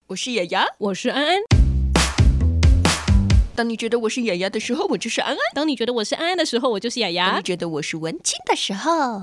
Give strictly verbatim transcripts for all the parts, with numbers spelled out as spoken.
我是雅雅， 我是安安。 当你觉得我是雅雅的时候，我就是安安； 当你觉得我是安安的时候，我就是雅当雅你。觉得我是文青的时候，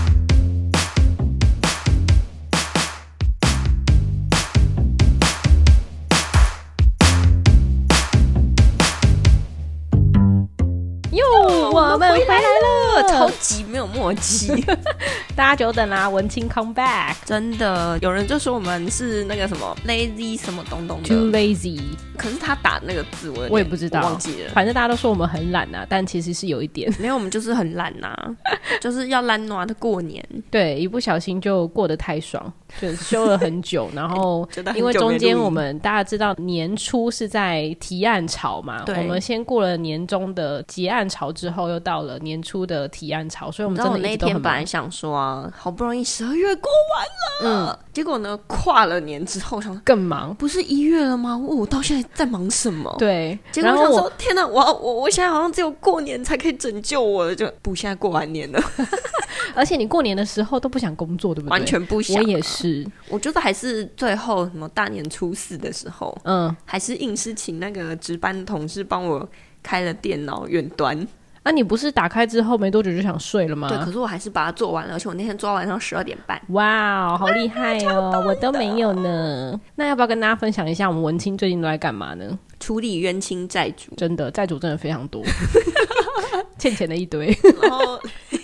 哟，我们回来了， 超级没有默契。 大家久等啦，文青 come back。 真的，有人就说我们是那个什么 lazy 什么东东的 Too lazy， 可是他打那个字我有点我也不知道， 我忘记了。 反正大家都说我们很懒啊，但其实是有一点。 没有，我们就是很懒呐、就是要懒惰的过年。 对，一不小心就过得太爽，就休了很久，然后觉得很久因为中间没录音我们大家知道年初是在提案潮嘛， 对我们先过了年中的结案潮之后，又到了年初的提案潮，所以我们真你知道我那天的一直都很忙。 本来想说啊，好不容易十二月过完了，嗯，结果呢跨了年之后想说更忙， 不是一月了吗？我到现在在忙什么？ 对， 结果我想然后我说天哪，我我我现在好像只有过年才可以拯救我了，就不现在过完年了， 而且你过年的时候都不想工作，对不对？ 完全不想、啊。 我也是， 我觉得还是最后什么大年初四的时候， 嗯， 还是硬是请那个值班同事帮我开了电脑远端。 啊，你不是打开之后没多久就想睡了吗？ 对，可是我还是把它做完了，而且我那天做到晚上十二点半。 哇，好厉害哦！我都没有呢。那要不要跟大家分享一下我们文青最近都在干嘛呢？ 处理冤亲债主， 真的债主真的非常多，欠钱的一堆。 然后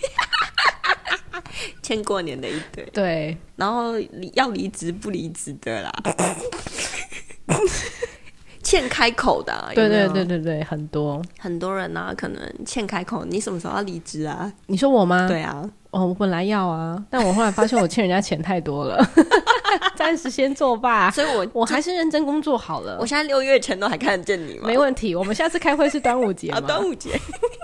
欠过年的一堆， 对， 然后要离职不离职的啦，欠开口的、啊，有对没有对对对对，很多。 很多人啊，可能欠开口，你什么时候要离职啊？ 你说我吗？ 对啊， 哦，我本来要啊，但我后来发现我欠人家钱太多了，暂时先作罢。 所以我我还是认真工作好了。 我现在六月前都还看得见你吗？ 没问题，我们下次开会是端午节嘛？ 啊，端午节。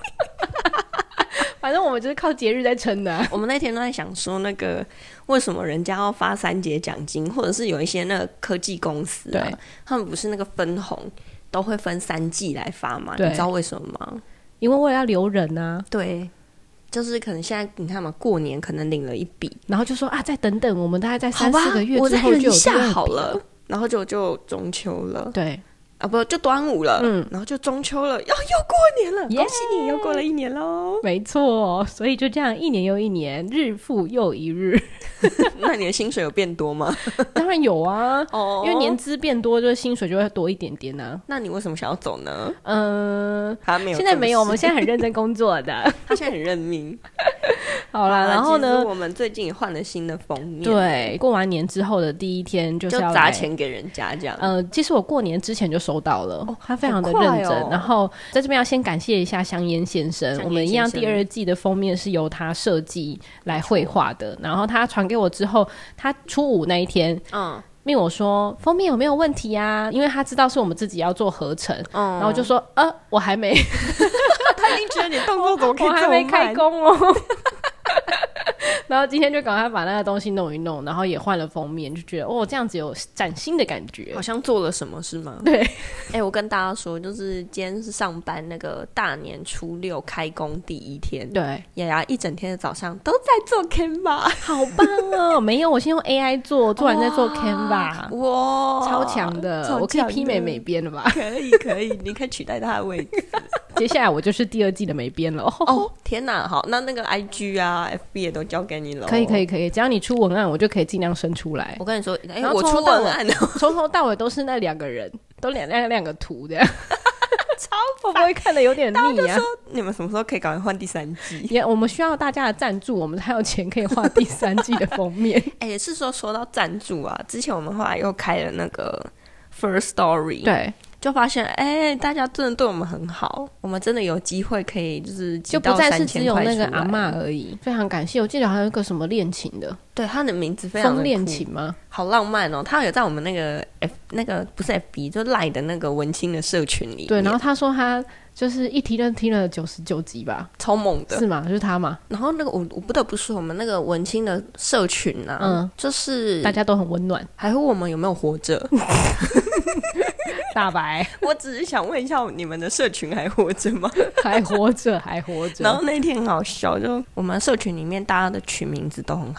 反正我们就是靠节日在撑的、啊。 我们那天都在想说，那个为什么人家要发三节奖金，或者是有一些那个科技公司啊， 对他们不是那个分红都会分三季来发吗？ 对你知道为什么吗？ 因为为了要留人啊， 对，就是可能现在你看嘛，过年可能领了一笔， 然后就说啊，再等等，我们大概在好吧三四个月我再之后就有忍一下这个好了，然后就就中秋了， 对， 啊不就端午了， 嗯然后就中秋了，要又过年了， Yeah 恭喜你又过了一年喽！ 没错，所以就这样一年又一年，日复又一日。 那你的薪水有变多吗？ 当然有啊， 哦因为年资变多，就是薪水就会多一点点啊。 那你为什么想要走呢？ 嗯、 他没有， 现在没有，我们现在很认真工作的。 他现在很认命。 好啦，然后呢其实，我们最近也换了新的封面，， 对，过完年之后的第一天就是就要来。 砸钱给人家这样。 呃，其实我过年之前就收到了，他非常的好认真。 快哦然后在这边要先感谢一下香烟先生， 香烟我们一样先生第二季的封面是由他设计来绘画的。然后他传给我之后，他初五那一天， 嗯命我说封面有没有问题啊？因为他知道是我们自己要做合成， 嗯， 然后我就说呃，我还没， 他一定觉得你动作怎么可以我还这么慢没开工哦。然后今天就赶快把那个东西弄一弄，然后也换了封面，就觉得哦，这样子有崭新的感觉好。像做了什么是吗？ 对， 哎、我跟大家说，就是今天是上班那个大年初六开工第一天， 对， 雅雅一整天的早上都在做 Canva， 好棒哦！没有，我先用 A I 做，做完再做 Canva， 哇， 超强的， 超我可以强的媲美美编了吧？ 可以可以，你可以取代他的位置。 接下来我就是第二季的美编了。哦， 哦，天哪，好，那那个 I G 啊 F B 也都交给你了。 可以可以可以，只要你出文案，我就可以尽量生出来我。跟你说，哎、 然后我出从头到尾文案哦， 从头到尾都是那两个人，都两两两个图的，超会不会看的有点腻啊？ 你们什么时候可以赶快换第三季？ 也我们需要大家的赞助，我们才有钱可以画第三季的封面。 哎、也是说说到赞助啊，之前我们后来又开了那个 First Story，， 对， 就发现哎、大家真的对我们很好，我们真的有机会可以就是集到就不再是三只有千块出来那个阿嬷而已。非常感谢，我记得还有一个什么恋情的， 对他的名字非常的风恋酷情吗？ 好浪漫哦！他有在我们那个 F 那个不是 F B 就 Line 的那个文青的社群里面， 对，然后他说他就是一听就听了九十九集吧， 超猛的。 是吗？就是他嘛， 然后那个我我不得不说，我们那个文青的社群啊， 嗯就是大家都很温暖。 还问我们有没有活着。 大白我只是想问一下，你们的社群还活着吗？ 还活着，还活着。 然后那天很好笑，就我们社群里面大家的取名字都很好笑。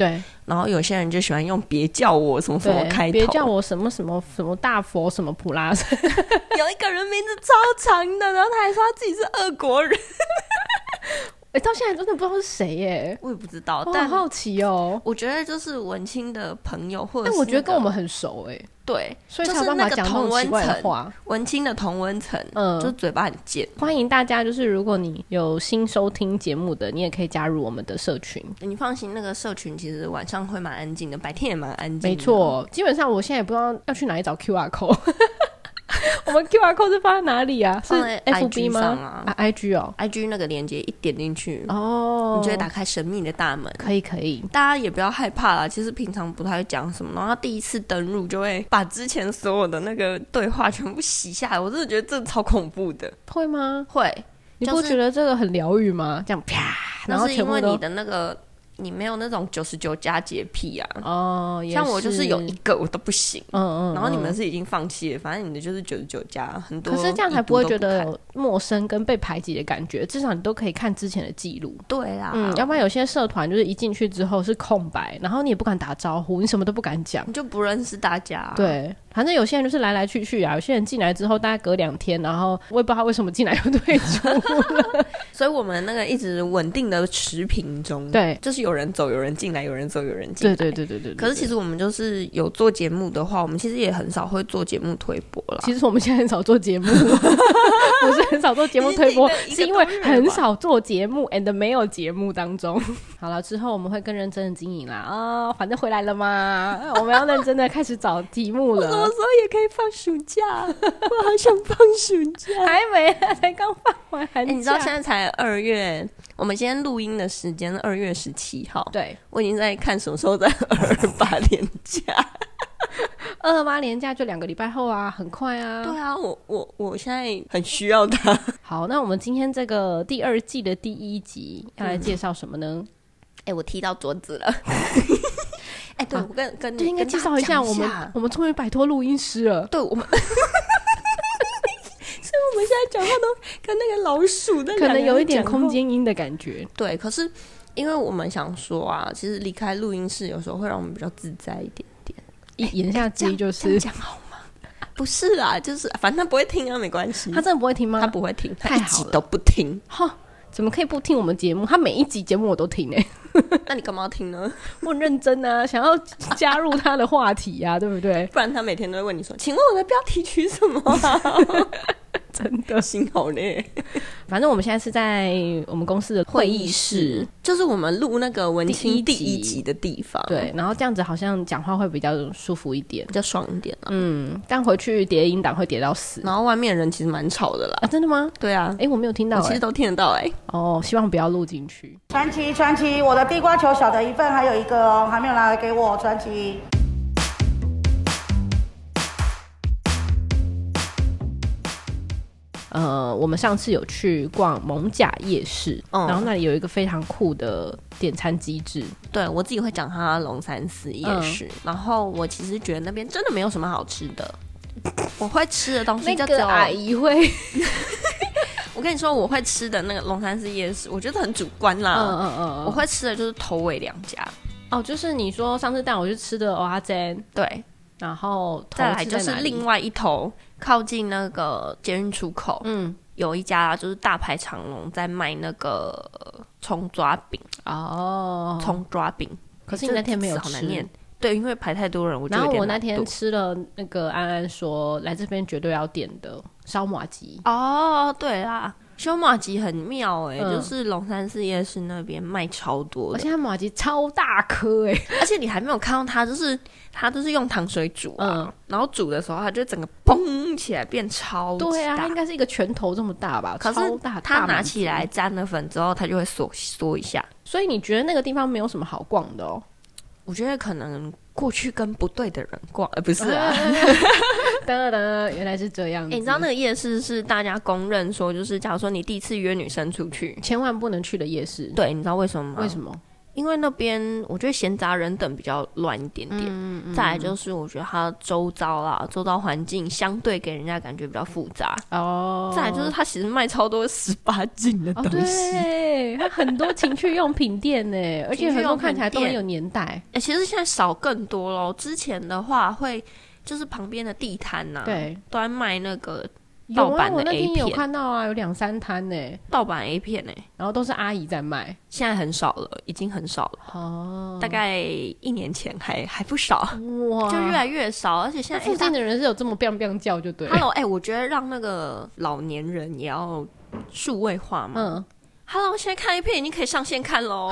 对， 然后有些人就喜欢用别叫我什么什么开头， 别叫我什么什么什么大佛什么普拉斯有一个人名字超长的，然后他还说他自己是俄国人哎、欸，到现在真的不知道是谁耶， 我也不知道， 我但好好奇哦。 我觉得就是文青的朋友，或者是、那个、 但我觉得跟我们很熟哎， 对， 所以才有办法讲那种奇怪的话。 文青的同温层， 嗯， 就是嘴巴很贱。 欢迎大家，就是如果你有新收听节目的，你也可以加入我们的社群。 你放心，那个社群其实晚上会蛮安静的，白天也蛮安静的。 没错，基本上我现在也不知道要去哪里找 Q R code。我们 Q R code 是放在哪里啊？是 F B 吗？ 啊, 啊 ，I G 哦 ，I G 那个连接一点进去哦， 你就会打开神秘的大门。 可以可以， 大家也不要害怕啦。其实平常不太会讲什么，然后第一次登入就会把之前所有的那个对话全部洗下来。我真的觉得这超恐怖的。 会吗？ 会。 你不觉得这个很疗愈吗？这样啪，然后全部都。 那是因为你的那个。你没有那种九十九加洁癖啊， 哦， 像我就是有一个我都不行， 嗯 嗯, 嗯， 然后你们是已经放弃了，反正你的就是九十九加，很多， 可是这样才不会觉得有陌生跟被排挤的感觉，至少你都可以看之前的记录。 对啦， 嗯，要不然有些社团就是一进去之后是空白，然后你也不敢打招呼，你什么都不敢讲， 你就不认识大家、啊。 对，反正有些人就是来来去去啊，有些人进来之后大概隔两天，然后我也不知道他为什么进来又退出了。 所以我们那个一直稳定的持平中， 对， 就是有人走有人进来，有人走有人进来， 对对对对 对, 对。 可是其实我们就是有做节目的话，我们其实也很少会做节目推播啦。 其实我们现在很少做节目，不是很少做节目推播，是因为很少做节目 and 没有节目当中。好了，之后我们会更认真的经营啦。啊、哦，反正回来了嘛，我们要认真的开始找题目了。 我什么时候也可以放暑假？我好想放暑假， 还没，才刚放完寒假、 欸。你知道现在才二月，我们今天录音的时间是二月十七号。 对， 我已经在看什么时候在二二八连假。 二二八连假就两个礼拜后啊，很快啊。 对啊，我我我现在很需要它。 好，那我们今天这个第二季的第一集要来介绍什么呢？ 哎、欸，我踢到桌子了。哎、欸，对、啊，我跟跟就应该介绍一下我们，我们终于摆脱录音师了。 对，我们。所以我们现在讲话都跟那个老鼠的， 可能有一点空间音的感觉。 对，可是因为我们想说啊，其实离开录音室有时候会让我们比较自在一点点。 言下之意就是讲好吗？不是啊，就是反正他不会听啊，没关系。 他真的不会听吗？ 他不会听， 太好了， 他一集都不听。 哈，怎么可以不听我们节目？他每一集节目我都听哎、 欸。那你干嘛要听呢？ 我很认真啊，想要加入他的话题啊，对不对？ 不然他每天都会问你说：“请问我的标题取什么、啊？” 真的心好累。 反正我们现在是在我们公司的会议室， 就是我们录那个文青第一集的地方。 对，然后这样子好像讲话会比较舒服一点， 比较爽一点、啊、 嗯，但回去叠音档会叠到死。 然后外面人其实蛮吵的啦。 啊，真的吗？ 对啊。 哎、欸，我没有听到、欸， 我其实都听得到哎、欸。 哦，希望不要录进去。 传奇，传奇，我的地瓜球小的一份，还有一个哦，还没有拿来给我。传奇。 呃，我们上次有去逛艋舺夜市、嗯，然后那里有一个非常酷的点餐机制。 对，我自己会讲它龙山寺夜市、嗯，然后我其实觉得那边真的没有什么好吃的。我会吃的东西就只有那个阿姨会。 我跟你说，我会吃的那个龙山寺夜市，我觉得很主观啦。嗯嗯嗯，我会吃的就是头尾两家。 哦，就是你说上次带我去吃的蚵仔煎， 对。 然后再来就是另外一头靠近那个捷运出口，嗯，有一家就是大排长龙在卖那个葱抓饼哦，葱抓饼。 可是你那天没有吃， 好难念。对，因为排太多人，我就有点懒惰。 然后我那天吃了那个安安说来这边绝对要点的烧麻糬。 哦，对啦。烧麻糬很妙哎、欸嗯，就是龙山寺夜市那边卖超多的， 而且它麻糬超大颗哎、欸， 而且你还没有看到它，就是它就是用糖水煮啊、嗯，然后煮的时候它就整个嘣起来变超大， 对啊，它应该是一个拳头这么大吧， 可是超大， 它拿起来沾了粉之后，它就会缩缩一下。 所以你觉得那个地方没有什么好逛的哦？ 我觉得可能过去跟不对的人逛，呃，不是啊。 噔噔，原来是这样子。 欸，你知道那个夜市是大家公认说，就是假如说你第一次约女生出去， 千万不能去的夜市。 对，你知道为什么吗？ 为什么？ 因为那边我觉得闲杂人等比较乱一点点，嗯嗯、再来就是我觉得它周遭啦，周遭环境相对给人家感觉比较复杂哦。再来就是它其实卖超多十八禁的东西，哦、 对，它很多情趣用品店呢，而且很多看起来都很有年代。 哎、欸，其实现在少更多咯，之前的话会就是旁边的地摊呐、啊，对，都在卖那个。盗版的 A 片， 有啊，我那天有看到啊，有两三摊呢， 盗版 A 片呢， 然后都是阿姨在卖， 现在很少了，已经很少了，哦，大概一年前还还不少，哇，就越来越少，而且现在附近的人是有这么 biang biang 叫就对了。 Hello， 哎、欸，我觉得让那个老年人也要数位化嘛，嗯 ，Hello， 现在看 A 片已经可以上线看喽。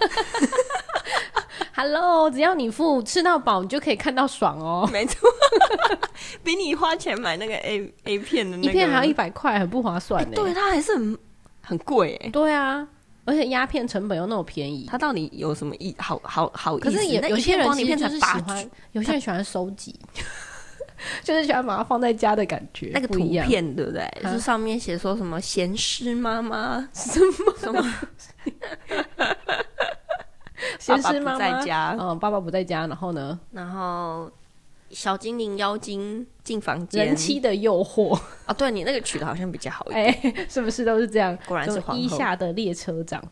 Hello， 只要你付吃到饱，你就可以看到爽哦。 没错，比你花钱买那个 A A 片的那个一片还要一百块，很不划算呢、欸。 对，它还是很很贵哎。 对啊，而且鸦片成本又那么便宜， 它到底有什么意好好好意思？ 可是也有些人其实就是喜欢，有些人喜欢收集，就是喜欢把它放在家的感觉。 那个图片对不对？就是上面写说什么闲诗妈妈什么什么。 闲诗妈妈在家， 嗯，爸爸不在家，然后呢？ 然后小精灵、妖精进房间， 人妻的诱惑哦，对你那个取的好像比较好一点， 欸、是不是都是这样？ 果然是皇后。 衣下的列车长，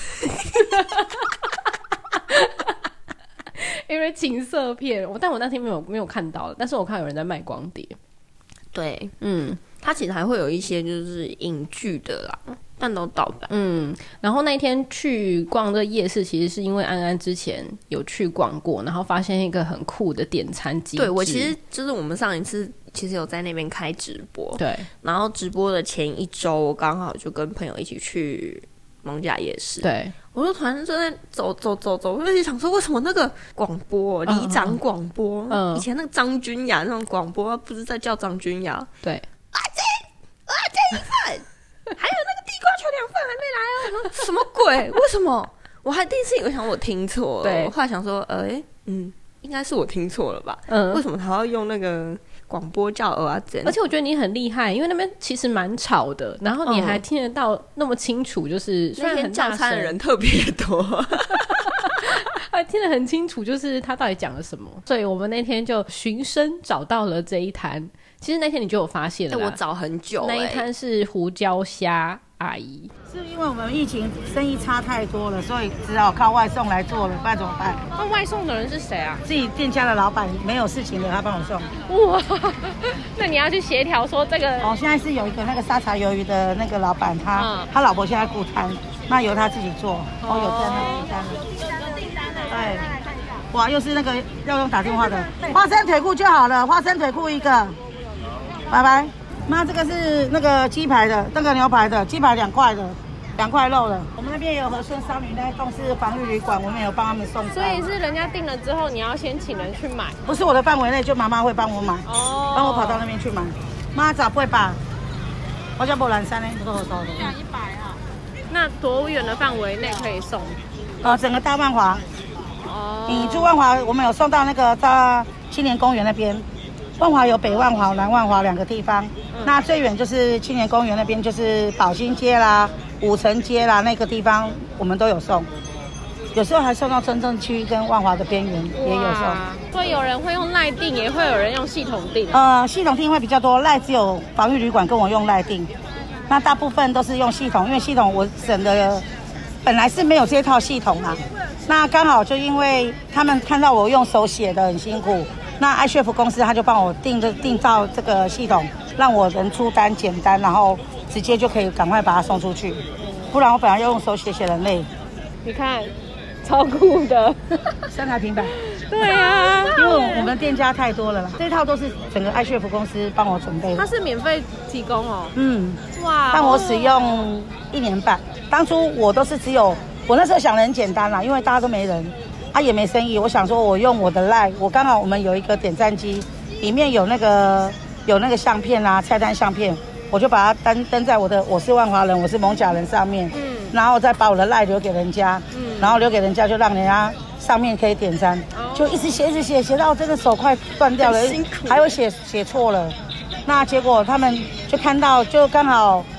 因为情色片，我但我那天没有没有看到，但是我看有人在卖光碟。 对，嗯，它其实还会有一些就是影剧的啦。但都盗版。 嗯，然后那一天去逛这夜市，其实是因为安安之前有去逛过，然后发现一个很酷的点餐机制。 对，我其实就是我们上一次其实有在那边开直播， 对， 然后直播的前一周，我刚好就跟朋友一起去艋舺夜市， 对， 我就突然正在走走走走，我就想说，为什么那个广播里长广播，嗯，以前那个张君雅那种广播，不是在叫张君雅， 对， 啊这啊这一份。还有那个地瓜球凉饭还没来哦！我说什么鬼？为什么？我还第一次以为想我听错了，对，我后来想说，呃，嗯，应该是我听错了吧？嗯，为什么他要用那个广播叫蚵仔煎？ 而且我觉得你很厉害，因为那边其实蛮吵的，然后你还听得到那么清楚，就是虽然很大声， 叫餐的人特别多， 还听得很清楚，就是他到底讲了什么。所以我们那天就循声找到了这一摊。其实那天你就有发现了啦， 欸、我找很久、欸。 那一摊是胡椒虾阿姨， 是因为我们疫情生意差太多了，所以只好靠外送来做了，不然怎么办？ 那外送的人是谁啊？ 自己店家的老板没有事情的，他帮我送。 哇，那你要去协调说这个。 哦，现在是有一个那个沙茶鱿鱼的那个老板，他、嗯、他老婆现在顾摊，那由他自己做。哦，哦有这样的订单了。订单了。对。哇，又是那个要用打电话的，花生腿裤就好了，花生腿裤一个。拜拜，妈，这个是那个鸡排的，那个牛排的，鸡排两块的，两块肉的。我们那边也有和顺少女那栋是防御旅馆，我们有帮他们送。 所以是人家订了之后，你要先请人去买？ 不是我的范围内，就妈妈会帮我买，哦，帮我跑到那边去买。妈咋不会吧？我叫波兰山呢，不是多少的？这样一百啊。 那多远的范围内可以送？ 呃，整个大万华。哦。你住万华，我们有送到那个大青年公园那边。万华有北万华、南万华两个地方，嗯、那最远就是青年公园那边，就是宝兴街啦、五城街啦那个地方，我们都有送。有时候还送到中正区跟万华的边缘也有送。 所以有人会用赖订，也会有人用系统订。 呃，系统订会比较多，赖只有防御旅馆跟我用赖订，那大部分都是用系统，因为系统我省的本来是没有这套系统啊，那刚好就因为他们看到我用手写的很辛苦。那爱学府公司他就帮我订这订造这个系统，让我人出单简单，然后直接就可以赶快把它送出去，不然我本来要用手写写很累。 你看，超酷的， 三台平板。 对啊， 因为我们店家太多了啦，这套都是整个爱学府公司帮我准备的。 它是免费提供哦。 嗯，哇，但我使用一年半。当初我都是只有，我那时候想的很简单啦，因为大家都没人。他、啊、也没生意，我想说，我用我的 LINE， 我刚好我们有一个点赞机，里面有那个有那个相片啊，菜单相片，我就把它登登在我的我是万华人，我是艋舺人上面，嗯，然后再把我的 LINE 留给人家，嗯，然后留给人家就让人家上面可以点赞，哦、就一直写一直写，写到真的手快断掉了， 辛苦， 还有写写错了，那结果他们就看到，就刚好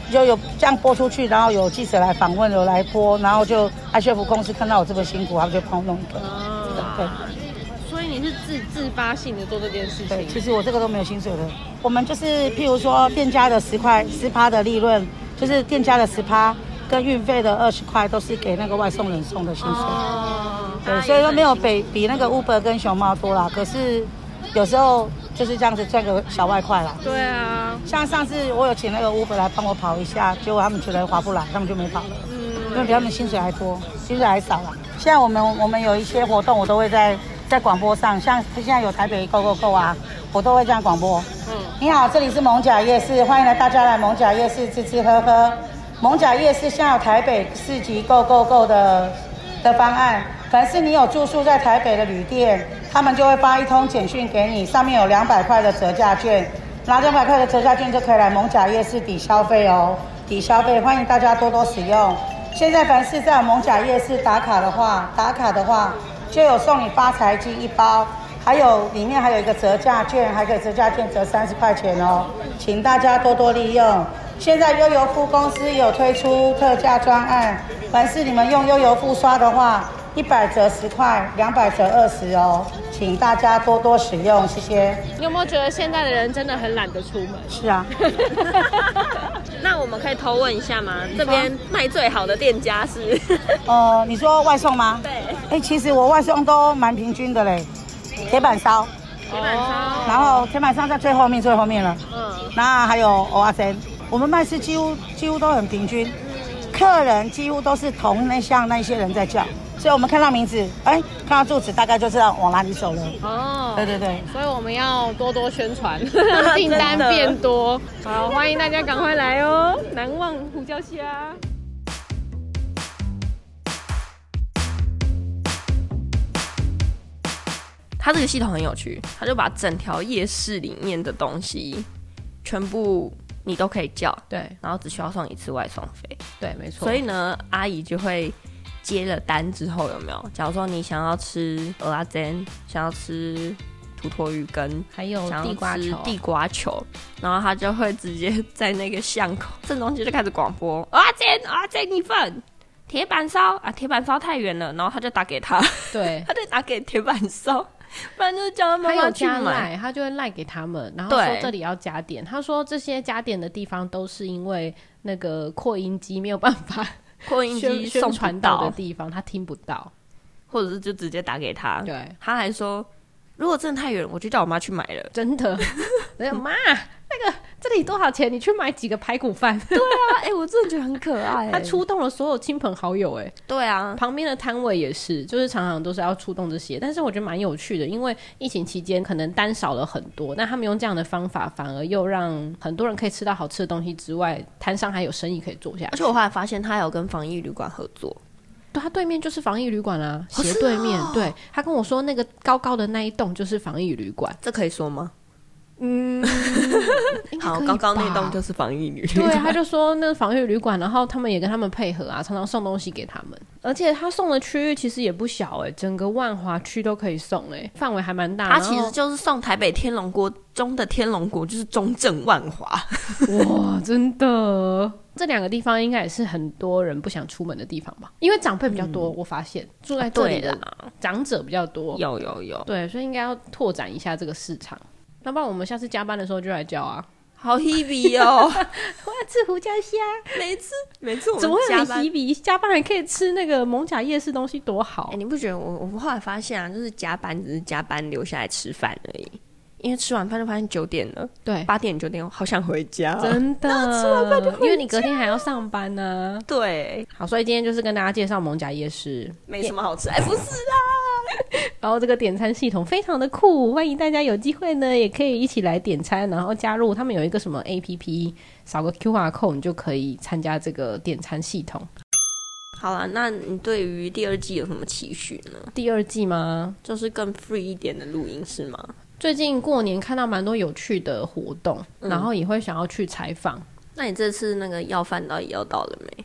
就有这样播出去，然后有记者来访问，有来播，然后就爱学福公司看到我这么辛苦，他们就帮我弄一个。哦、对。 所以你是自自发性的做这件事情？ 对，其实我这个都没有薪水的。我们就是譬如说店家的十块十趴的利润，就是店家的十趴跟运费的二十块都是给那个外送人送的薪水。哦。对，所以说没有比比那个 Uber 跟熊猫多啦。可是有时候就是这样子赚个小外快啦。 对啊。 像上次我有请那个 Uber 来帮我跑一下，结果他们觉得划不来，他们就没跑了。嗯。因为比他们薪水还多，薪水还少啦。现在我们我们有一些活动，我都会在。在广播上，像现在有台北 Go Go Go 啊，我都会这样广播。嗯，你好，这里是艋舺夜市，欢迎大家来艋舺夜市吃吃喝喝。艋舺夜市现在有台北市级 Go Go Go 的的方案，凡是你有住宿在台北的旅店，他们就会发一通简讯给你，上面有两百块的折价券，拿两百块的折价券就可以来艋舺夜市抵消费哦，抵消费，欢迎大家多多使用。现在凡是在艋舺夜市打卡的话，打卡的话。就有送你发财鸡一包，还有里面还有一个折价券，还可以折价券折三十块钱哦，请大家多多利用。现在悠游付公司有推出特价专案，凡是你们用悠游付刷的话，一百折十块，两百折二十哦，请大家多多使用，谢谢。 你有没有觉得现在的人真的很懒得出门？ 是啊。 那我们可以偷问一下吗？这边卖最好的店家是？ 呃，你说外送吗？ 对。 哎、欸，其实我外送都蛮平均的嘞。铁板烧， 铁板烧， 然后铁板烧在最后面最后面了。嗯。那还有蚵仔煎，我们卖是几乎几乎都很平均，客人几乎都是同那像那些人在叫。所以我们看到名字，哎、欸，看到住址，大概就知道往哪里走了。哦，对对对。 所以我们要多多宣传，让订单变多。好，欢迎大家赶快来哦！难忘胡椒虾。 它这个系统很有趣，它就把整条夜市里面的东西全部你都可以叫， 对， 然后只需要送一次外送费， 对，没错。 所以呢，阿姨就会。接了单之后有没有？假如说你想要吃蚵仔煎，想要吃土鳶鱼羹， 还有地瓜球， 地瓜球，然后他就会直接在那个巷口正中间就开始广播蚵仔煎，蚵仔煎一份，铁板烧啊，铁板烧太远了，然后他就打给他， 对， 他就打给铁板烧，不然就是叫他妈妈去买， 他就会赖给他们，然后说这里要加点，他说这些加点的地方都是因为那个扩音机没有办法。 扩音机送传到的地方他听不到， 或者是就直接打给他。 对， 他还说如果真的太远我就叫我妈去买了， 真的。妈，那个这里多少钱？你去买几个排骨饭？ 对啊，哎、欸，我真的觉得很可爱、欸。 他出动了所有亲朋好友、欸，哎， 对啊， 旁边的摊位也是，就是常常都是要出动这些。但是我觉得蛮有趣的，因为疫情期间可能单少了很多，但他们用这样的方法，反而又让很多人可以吃到好吃的东西之外，摊商还有生意可以做下去。 而且我后来发现，他有跟防疫旅馆合作。 对，他对面就是防疫旅馆啊，斜对面。哦、对，他跟我说那个高高的那一栋就是防疫旅馆， 这可以说吗？ 嗯， 好，刚刚那栋就是防疫旅馆。 对，他就说那个防疫旅馆，然后他们也跟他们配合啊，常常送东西给他们。而且他送的区域其实也不小哎、欸，整个万华区都可以送哎、欸，范围还蛮大。 他其实就是送台北天龙国中的天龙国，就是中正万华。 哇，真的。这两个地方应该也是很多人不想出门的地方吧，因为长辈比较多、嗯、我发现住在这里的长者比较多， 有有有， 对，所以应该要拓展一下这个市场。那不然我们下次加班的时候就来叫啊， 好 hebe 哦。 我要吃胡椒虾， 每次每次我们怎么会很 hebe？ 加班还可以吃那个艋舺夜市东西多好。 欸、你不觉得我我后来发现啊，就是加班只是加班留下来吃饭而已，因为吃完饭就发现九点了， 对， 八点九点好想回家、哦， 真的。 吃完饭就回家， 因为你隔天还要上班呢、啊。 对， 好，所以今天就是跟大家介绍艋舺夜市， 没什么好吃，哎、欸，不是啦。 然后这个点餐系统非常的酷，欢迎大家有机会呢，也可以一起来点餐，然后加入他们有一个什么 A P P， 扫个 Q R code 你就可以参加这个点餐系统。 好啦，那你对于第二季有什么期许呢？ 第二季吗？ 就是更 free 一点的录音是吗？ 最近过年看到蛮多有趣的活动、嗯、然后也会想要去采访。 那你这次那个要饭到底要到了没？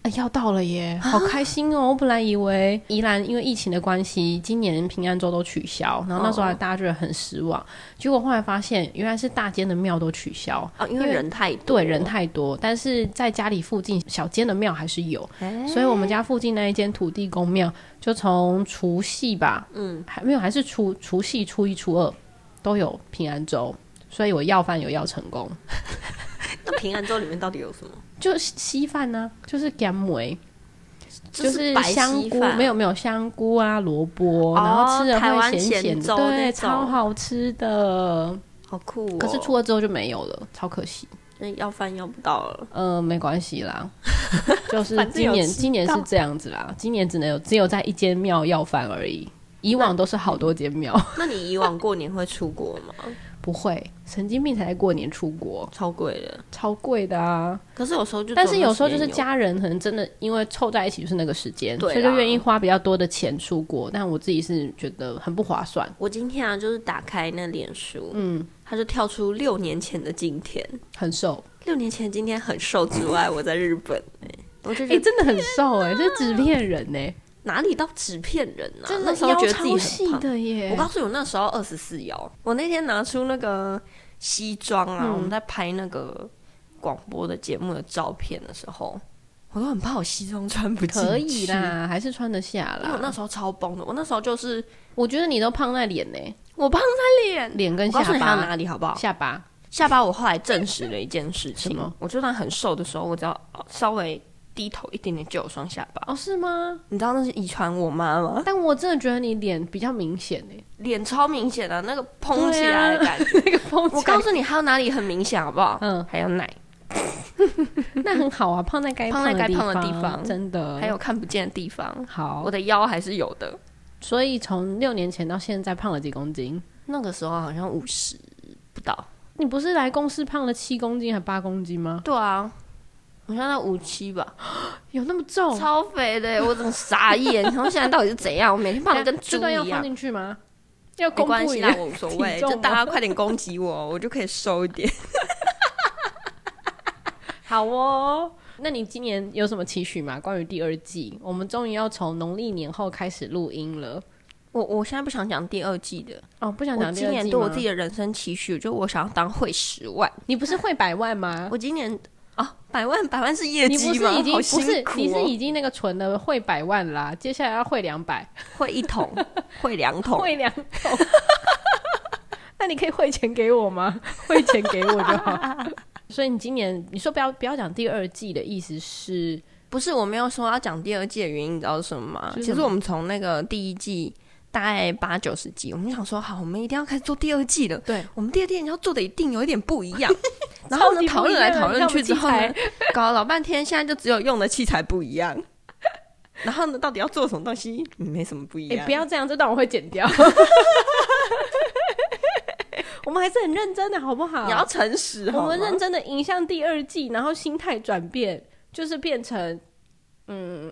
啊、要到了耶，好开心哦！我本来以为宜兰因为疫情的关系，今年平安周都取消，然后那时候大家觉得很失望，哦、结果后来发现原来是大间的庙都取消哦，因为人太多， 对，人太多，但是在家里附近小间的庙还是有，所以我们家附近那一间土地公庙，就从除夕吧，嗯，还没有，还是除除夕、初一、初二都有平安周，所以我要饭有要成功。 那平安粥里面到底有什么？ 就是稀饭呢、啊，就是干梅，就是白香菇，没有没有香菇啊，萝卜， 哦、 然后吃了会咸咸的， 对，超好吃的， 好酷、哦。 可是出了之后就没有了，超可惜。 那要饭要不到了， 呃，没关系啦，就是今年今年是这样子啦，今年只能有只有在一间庙要饭而已，以往都是好多间庙。 那你以往过年会出国吗？ 不会，神经病才在过年出国， 超贵的， 超贵的啊！ 可是有时候就， 但是有时候就是家人可能真的因为凑在一起就是那个时间，所以就愿意花比较多的钱出国。但我自己是觉得很不划算。 我今天啊，就是打开那脸书，嗯，他就跳出六年前的今天， 很瘦。 六年前今天很瘦之外，我在日本、欸，我就觉得、 欸、真的很瘦哎、欸，这纸片人哎、欸。 哪里到纸片人啊？ 真的那时候觉得自己很细的耶！ 我告诉你，我那时候二十四腰。我那天拿出那个西装啊、嗯，我们在拍那个广播的节目的照片的时候，我都很怕我西装穿不进去。 可以啦，还是穿得下啦。 因为我那时候超崩的，我那时候就是， 我觉得你都胖在脸呢、欸， 我胖在脸， 脸跟下巴。 我告诉你还有哪里好不好？ 下巴， 下巴。我后来证实了一件事情，我就算很瘦的时候，我只要稍微低头一点点就有双下巴。 哦，是吗？ 你知道那是遗传我妈吗？ 但我真的觉得你脸比较明显诶， 脸超明显的、啊，那个蓬起来的感觉， 啊、那个蓬起来。 我告诉你，还有哪里很明显，好不好？嗯，还有奶。 那很好啊，胖在该胖的地方，地方真的， 还有看不见的地方。 好， 我的腰还是有的。 所以从六年前到现在胖了几公斤？ 那个时候好像五十不到。 你不是来公司胖了七公斤还八公斤吗？ 对啊。我现在五七吧， 有那么重？ 超肥的，我真的傻眼。然后现在到底是怎样？我每天胖的跟猪一样。这段要放进去吗？要公布没关系啦，我无所谓，就大家快点攻击我，我就可以瘦一点。 好哦，那你今年有什么期许吗？关于第二季，我们终于要从农历年后开始录音了。 我我现在不想讲第二季的哦，不想讲第二季吗？ 我今年对我自己的人生期许，就我想要当会十万。 你不是会百万吗？ 我今年。啊，百万百万是业绩吗？ 你不是已经、 哦、 不是你是已经那个存了会百万啦，接下来要会两百， 会一桶，会两桶， 会两桶。那你可以汇钱给我吗？汇钱给我就好。所以你今年你说不要不要讲第二季的意思是不是？我没有说要讲第二季的原因，你知道是什么吗？其实我们从那个第一季。大概八九十集，我们想说好，我们一定要开始做第二季了。 对， 我们第二季要做的一定有一点不一样。然后呢，讨论来讨论去之后呢，搞了老半天，现在就只有用的器材不一样。然后呢，到底要做什么东西，没什么不一样。 哎、欸，不要这样，这段我会剪掉。我们还是很认真的，好不好？ 你要诚实， 我们认真的迎向第二季，然后心态转变，就是变成嗯。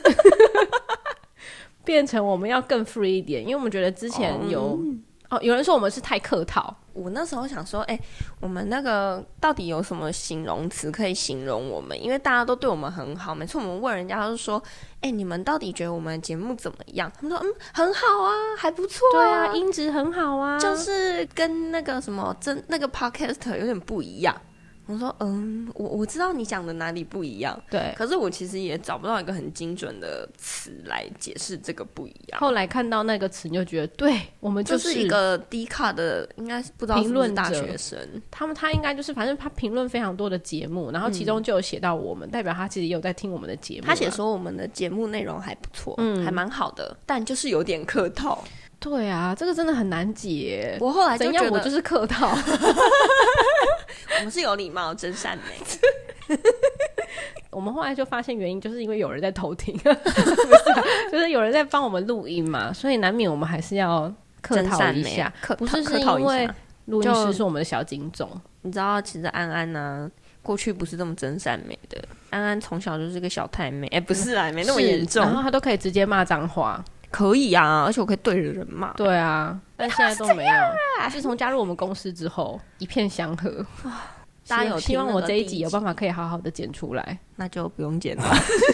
变成我们要更 free 一点，因为我们觉得之前有、嗯、哦，有人说我们是太客套。 我那时候想说，哎、欸，我们那个到底有什么形容词可以形容我们？因为大家都对我们很好，每次我们问人家，都说，哎、欸，你们到底觉得我们节目怎么样？他们说，嗯，很好啊，还不错啊， 对啊，音质很好啊， 就是跟那个什么真那个 podcast 有点不一样。我说嗯，我我知道你讲的哪里不一样， 对， 可是我其实也找不到一个很精准的词来解释这个不一样。 后来看到那个词，你就觉得对我们就是, 就是一个 D 卡的，应该是不知道是不是大学生， 他们他应该就是反正他评论非常多的节目，然后其中就有写到我们、嗯，代表他其实也有在听我们的节目。 他写说我们的节目内容还不错，嗯，还蛮好的，但就是有点客套。 对啊，这个真的很难解。 我后来就觉得怎样，我就是客套。 我们是有礼貌，真善美。 我们后来就发现原因，就是因为有人在偷听，不是、啊，就是有人在帮我们录音嘛，所以难免我们还是要客套一下。不是是因为录音师是我们的小警总， 你知道，其实安安呢、啊，过去不是这么真善美的。安安从小就是个小太妹，哎、欸，不是啊，没那么严重。 然后他都可以直接骂脏话。 可以啊，而且我可以对着人骂。 对啊，但现在都没有。自从加入我们公司之后，一片祥和。 大家有希望我这一集有办法， 法可以好好的剪出来， 那就不用剪了。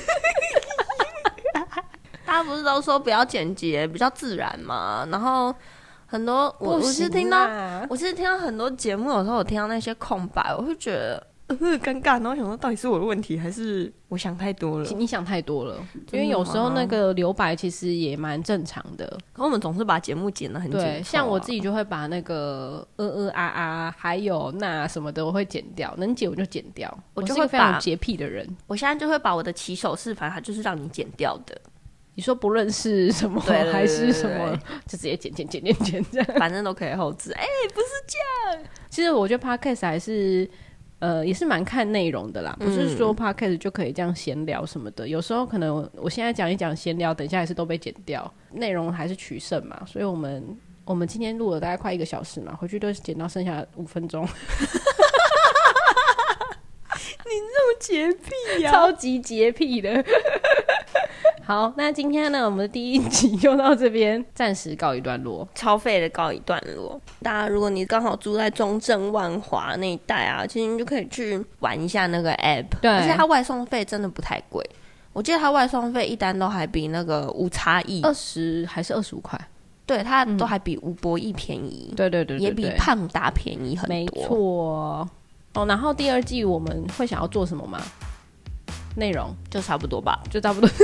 大家不是都说不要剪辑，比较自然嘛？然后很多我我是听到，我是听到很多节目，有时候我听到那些空白，我会觉得呃尴尬，然后想说到底是我的问题还是我想太多了？ 你想太多了，因为有时候那个留白其实也蛮正常的。 可我们总是把节目剪得很紧凑、啊， 对，像我自己就会把那个呃呃啊啊，还有那什么的，我会剪掉，能剪我就剪掉。我就会非常洁癖的人， 我现在就会把我的起手式，反正它就是让你剪掉的。 你说不论是什么还是什么，就直接剪剪剪剪剪这样， 反正都可以后置。哎、欸，不是这样。 其实我觉得 podcast 还是呃也是蛮看内容的啦，不是说 podcast 就可以这样闲聊什么的。有时候可能我现在讲一讲闲聊，等一下还是都被剪掉，内容还是取胜嘛。所以我们我们今天录了大概快一个小时嘛，回去都剪到剩下五分钟。 你这么洁癖呀、啊？ 超级洁癖的。好，那今天呢，我们的第一集就到这边，暂时告一段落， 超费的告一段落。大家如果你刚好住在中正万华那一带啊，其实你就可以去玩一下那个 app， 对，而且它外送费真的不太贵，我记得它外送费一单都还比那个无差异二十还是二十五块， 对，它都还比无博弈便宜， 嗯、对, 对, 对, 对对， 也比胖达便宜很多， 没错。哦，然后第二季我们会想要做什么吗？内容就差不多吧， 就差不多。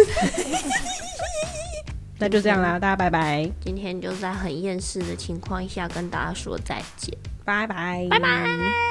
那就这样啦，大家拜拜。 今天就在很厌世的情况下跟大家说再见， 拜拜， 拜拜。